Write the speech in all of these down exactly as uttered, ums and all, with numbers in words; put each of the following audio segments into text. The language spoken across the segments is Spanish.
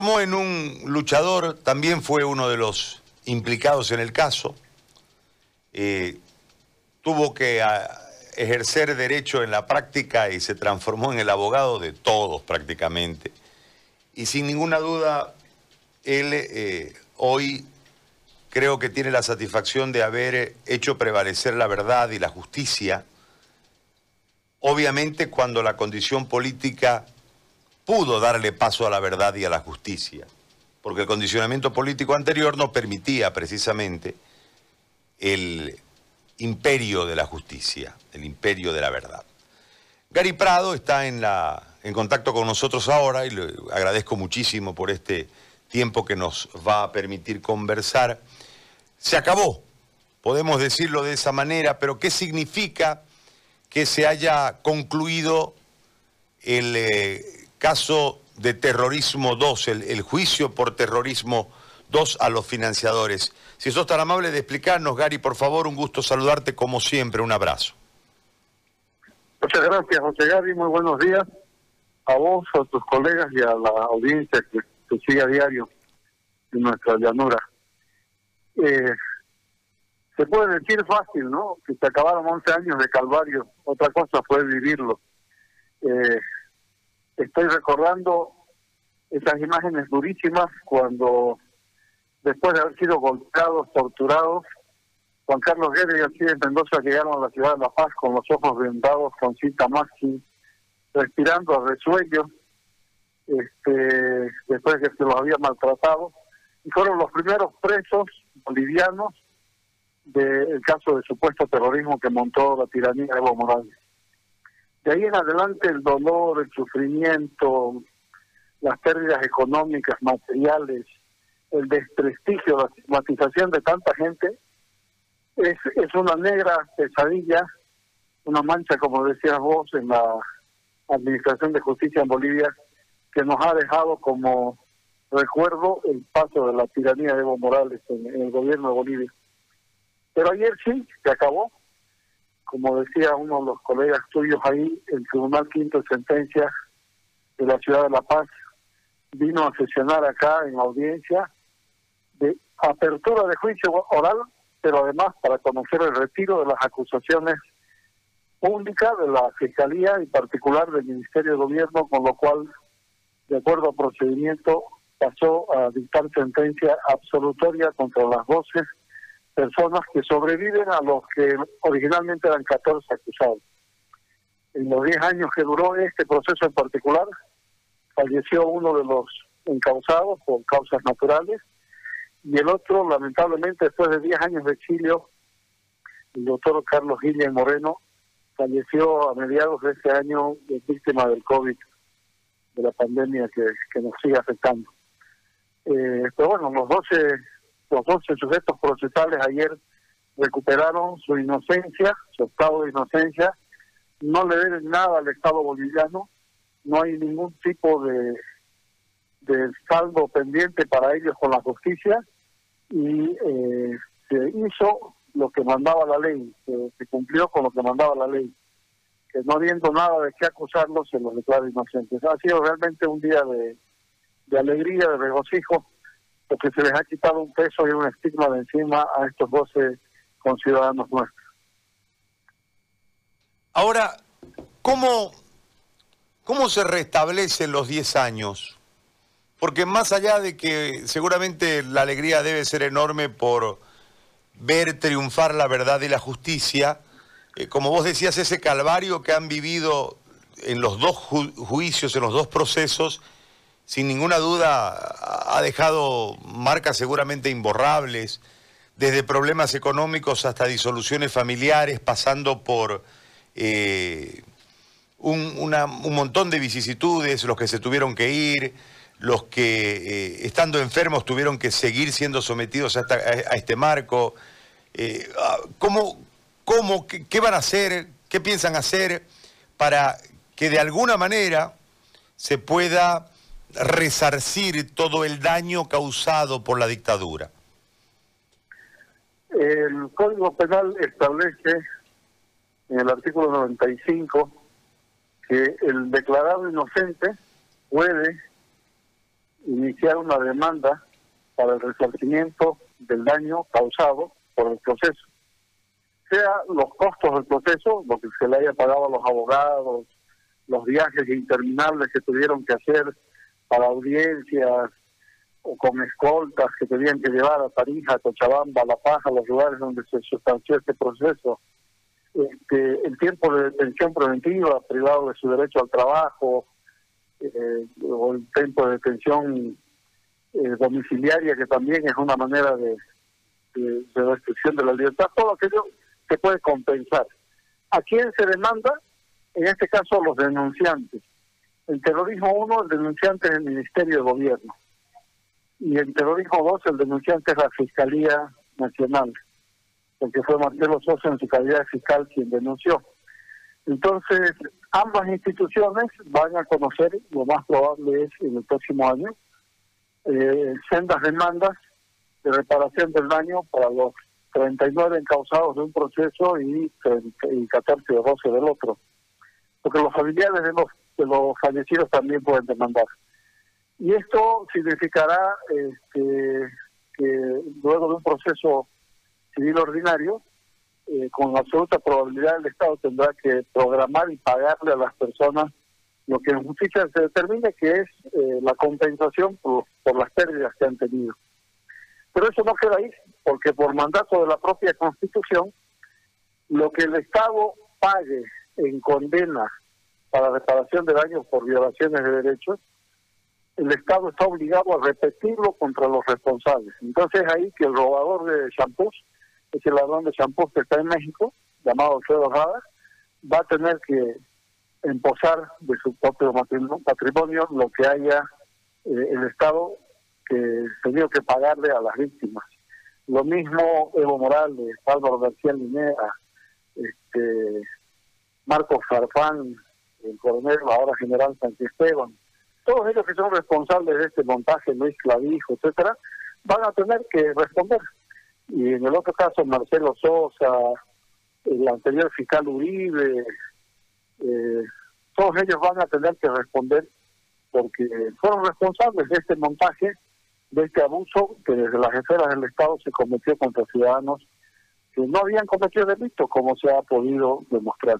Como en un luchador, también fue uno de los implicados en el caso. Eh, tuvo que a, ejercer derecho en la práctica y se transformó en el abogado de todos prácticamente. Y sin ninguna duda, él eh, hoy creo que tiene la satisfacción de haber hecho prevalecer la verdad y la justicia. Obviamente cuando la condición política pudo darle paso a la verdad y a la justicia, porque el condicionamiento político anterior no permitía precisamente el imperio de la justicia, el imperio de la verdad. Gary Prado está en, la, en contacto con nosotros ahora y le agradezco muchísimo por este tiempo que nos va a permitir conversar. Se acabó, podemos decirlo de esa manera, pero ¿qué significa que se haya concluido el eh, caso de terrorismo dos, el, el juicio por terrorismo dos a los financiadores? Si sos tan amable de explicarnos, Gary, por favor, un gusto saludarte como siempre, un abrazo. Muchas gracias, José Gary, muy buenos días a vos, a tus colegas y a la audiencia que te sigue a diario en nuestra llanura. Eh, se puede decir fácil, ¿no?, que se acabaron once años de calvario, otra cosa fue vivirlo. Eh, estoy recordando esas imágenes durísimas cuando, después de haber sido golpeados, torturados, Juan Carlos Guerra y Alcides Mendoza llegaron a la ciudad de La Paz con los ojos vendados, con cinta maxi, respirando a resuello, este, después de que se los había maltratado, y fueron los primeros presos bolivianos del caso de supuesto terrorismo que montó la tiranía de Evo Morales. De ahí en adelante el dolor, el sufrimiento, las pérdidas económicas, materiales, el desprestigio, la estigmatización de tanta gente, es, es una negra pesadilla, una mancha, como decías vos, en la Administración de Justicia en Bolivia, que nos ha dejado como recuerdo el paso de la tiranía de Evo Morales en, en el gobierno de Bolivia. Pero ayer sí, se acabó. Como decía uno de los colegas tuyos ahí, el Tribunal Quinto de Sentencia de la Ciudad de La Paz vino a sesionar acá en audiencia de apertura de juicio oral, pero además para conocer el retiro de las acusaciones públicas de la Fiscalía y particular del Ministerio de Gobierno, con lo cual, de acuerdo al procedimiento, pasó a dictar sentencia absolutoria contra las doce personas que sobreviven a los que originalmente eran catorce acusados. En los diez años que duró este proceso en particular, falleció uno de los encausados por causas naturales, y el otro, lamentablemente, después de diez años de exilio, el doctor Carlos Guillén Moreno, falleció a mediados de este año víctima del COVID, de la pandemia que, que nos sigue afectando. Eh, pero bueno, los doce, los doce sujetos procesales ayer recuperaron su inocencia, su estado de inocencia, no le deben nada al Estado boliviano, no hay ningún tipo de, de saldo pendiente para ellos con la justicia, y eh, se hizo lo que mandaba la ley, se, se cumplió con lo que mandaba la ley, que no habiendo nada de qué acusarlos, se los declara inocentes. Ha sido realmente un día de, de alegría, de regocijo, porque se les ha quitado un peso y un estigma de encima a estos doce conciudadanos nuestros. Ahora, ¿cómo, cómo se restablecen los diez años? Porque más allá de que seguramente la alegría debe ser enorme por ver triunfar la verdad y la justicia, eh, como vos decías, ese calvario que han vivido en los dos ju juicios, en los dos procesos, sin ninguna duda ha dejado marcas seguramente imborrables, desde problemas económicos hasta disoluciones familiares, pasando por eh, un, una, un montón de vicisitudes, los que se tuvieron que ir, los que eh, estando enfermos tuvieron que seguir siendo sometidos a, esta, a este marco. Eh, ¿cómo, cómo, qué, ¿Qué van a hacer? ¿Qué piensan hacer para que de alguna manera se pueda resarcir todo el daño causado por la dictadura? El Código Penal establece en el artículo noventa y cinco que el declarado inocente puede iniciar una demanda para el resarcimiento del daño causado por el proceso, sea los costos del proceso, lo que se le haya pagado a los abogados, los viajes interminables que tuvieron que hacer para audiencias, o con escoltas que tenían que llevar a Tarija, a Cochabamba, a La Paja, a los lugares donde se sustanció este proceso, este, el tiempo de detención preventiva, privado de su derecho al trabajo, eh, o el tiempo de detención eh, domiciliaria, que también es una manera de, de, de restricción de la libertad, todo aquello se puede compensar. ¿A quién se demanda? En este caso, a los denunciantes. En terrorismo uno, el denunciante es el Ministerio de Gobierno. Y en terrorismo dos, el denunciante es la Fiscalía Nacional, porque fue Marcelo Sosa en su calidad de fiscal quien denunció. Entonces, ambas instituciones van a conocer, lo más probable es en el próximo año, eh, sendas demandas de reparación del daño para los treinta y nueve encausados de un proceso y, y catorce o doce del otro. Porque los familiares de los, de los fallecidos también pueden demandar. Y esto significará este, que luego de un proceso civil ordinario, eh, con absoluta probabilidad el Estado tendrá que programar y pagarle a las personas lo que en justicia se determine que es eh, la compensación por, por las pérdidas que han tenido. Pero eso no queda ahí, porque por mandato de la propia Constitución, lo que el Estado pague en condena para reparación de daños por violaciones de derechos, el Estado está obligado a repetirlo contra los responsables. Entonces ahí que el robador de champús, ese ladrón de champús que está en México, llamado Alfredo Rada, va a tener que emposar de su propio patrimonio lo que haya eh, el Estado que tenido que pagarle a las víctimas. Lo mismo Evo Morales, Álvaro García Linera, este, Marcos Farfán, el coronel, ahora general Santisteban, todos ellos que son responsables de este montaje, Luis Clavijo, etcétera, van a tener que responder. Y en el otro caso, Marcelo Sosa, el anterior fiscal Uribe, eh, todos ellos van a tener que responder porque fueron responsables de este montaje, de este abuso que desde las esferas del Estado se cometió contra ciudadanos que no habían cometido delitos, como se ha podido demostrar.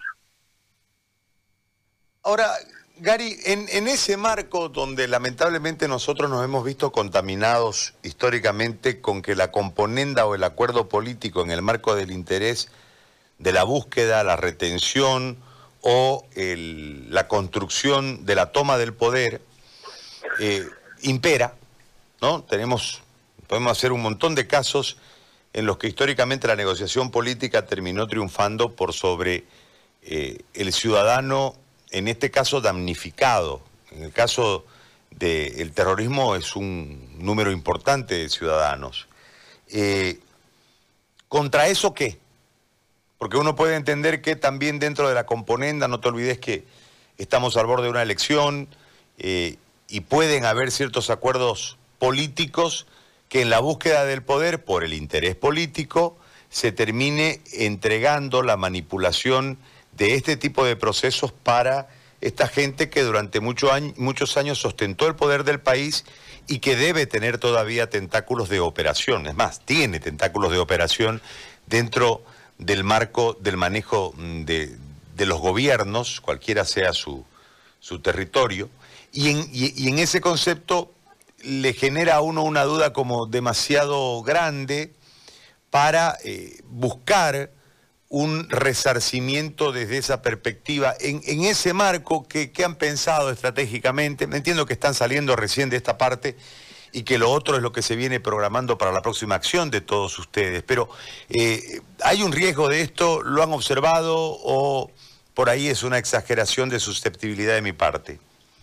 Ahora, Gary, en, en ese marco donde lamentablemente nosotros nos hemos visto contaminados históricamente con que la componenda o el acuerdo político en el marco del interés de la búsqueda, la retención o el, la construcción de la toma del poder eh, impera, ¿no? Tenemos, podemos hacer un montón de casos en los que históricamente la negociación política terminó triunfando por sobre eh, el ciudadano, en este caso damnificado. En el caso del terrorismo es un número importante de ciudadanos. Eh, ¿Contra eso qué? Porque uno puede entender que también dentro de la componenda, no te olvides que estamos al borde de una elección eh, y pueden haber ciertos acuerdos políticos que en la búsqueda del poder, por el interés político, se termine entregando la manipulación de este tipo de procesos para esta gente que durante mucho año, muchos años sostentó el poder del país y que debe tener todavía tentáculos de operación. Es más, tiene tentáculos de operación dentro del marco del manejo de, de los gobiernos, cualquiera sea su, su territorio, y en, y, y en ese concepto le genera a uno una duda como demasiado grande para eh, buscar un resarcimiento desde esa perspectiva. En, en ese marco, ¿qué, ¿qué han pensado estratégicamente? Entiendo que están saliendo recién de esta parte y que lo otro es lo que se viene programando para la próxima acción de todos ustedes, pero eh, ¿hay un riesgo de esto? ¿Lo han observado o por ahí es una exageración de susceptibilidad de mi parte?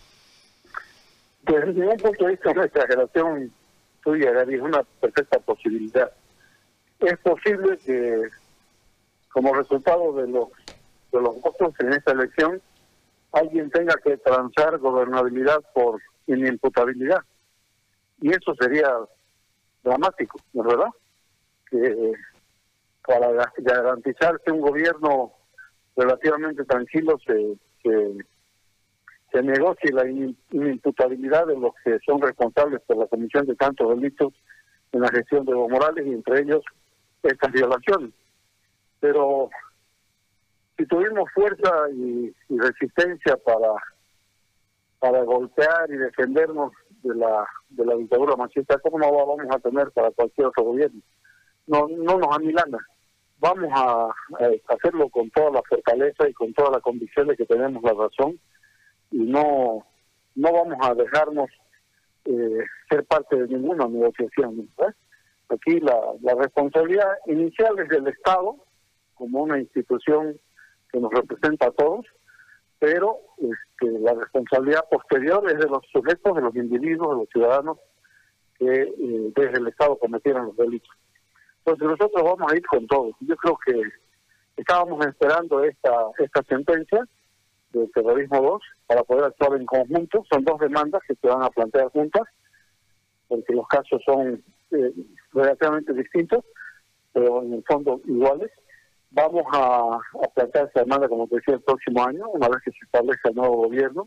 Desde mi punto de vista, una exageración tuya, Gary, es una perfecta posibilidad. Es posible que, como resultado de los de los votos en esta elección, alguien tenga que transar gobernabilidad por inimputabilidad. Y eso sería dramático, ¿no es verdad? Que para garantizar que un gobierno relativamente tranquilo se, se, se negocie la inimputabilidad de los que son responsables por la comisión de tantos delitos en la gestión de Evo Morales, y entre ellos estas violaciones. Pero si tuvimos fuerza y, y resistencia para para golpear y defendernos de la de la dictadura machista, ¿cómo no la vamos a tener para cualquier otro gobierno? No no nos amilana. Vamos a, a hacerlo con toda la fortaleza y con toda la convicción de que tenemos la razón, y no no vamos a dejarnos eh, ser parte de ninguna negociación, ¿verdad? Aquí la, la responsabilidad inicial es del Estado, como una institución que nos representa a todos, pero este, la responsabilidad posterior es de los sujetos, de los individuos, de los ciudadanos que eh, desde el Estado cometieron los delitos. Entonces nosotros vamos a ir con todo. Yo creo que estábamos esperando esta esta sentencia del terrorismo dos para poder actuar en conjunto. Son dos demandas que se van a plantear juntas, porque los casos son eh, relativamente distintos, pero en el fondo iguales. Vamos a, a plantear esta demanda, como te decía, el próximo año, una vez que se establezca el nuevo gobierno.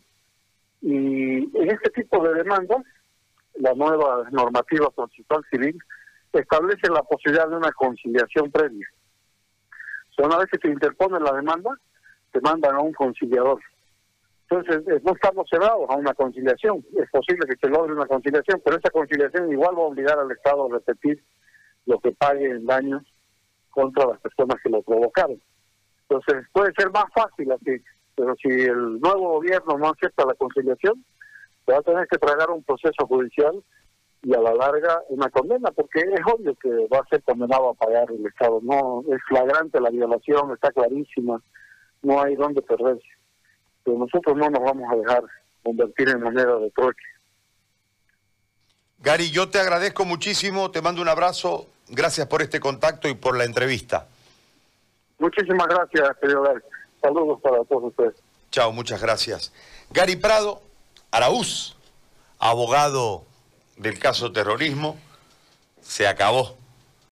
Y en este tipo de demandas, la nueva normativa procesal civil establece la posibilidad de una conciliación previa. O sea, una vez que se interpone la demanda, te mandan a un conciliador. Entonces, eh, no estamos cerrados a una conciliación. Es posible que se logre una conciliación, pero esa conciliación igual va a obligar al Estado a repetir lo que pague en daños contra las personas que lo provocaron. Entonces, puede ser más fácil así, pero si el nuevo gobierno no acepta la conciliación, se va a tener que tragar un proceso judicial y a la larga una condena, porque es obvio que va a ser condenado a pagar el Estado. No es flagrante la violación, está clarísima, no hay dónde perderse. Pero nosotros no nos vamos a dejar convertir en moneda de trueque. Gary, yo te agradezco muchísimo, te mando un abrazo, gracias por este contacto y por la entrevista. Muchísimas gracias, querido Gary. Saludos para todos ustedes. Chao, muchas gracias. Gary Prado, Araúz, abogado del caso terrorismo, se acabó.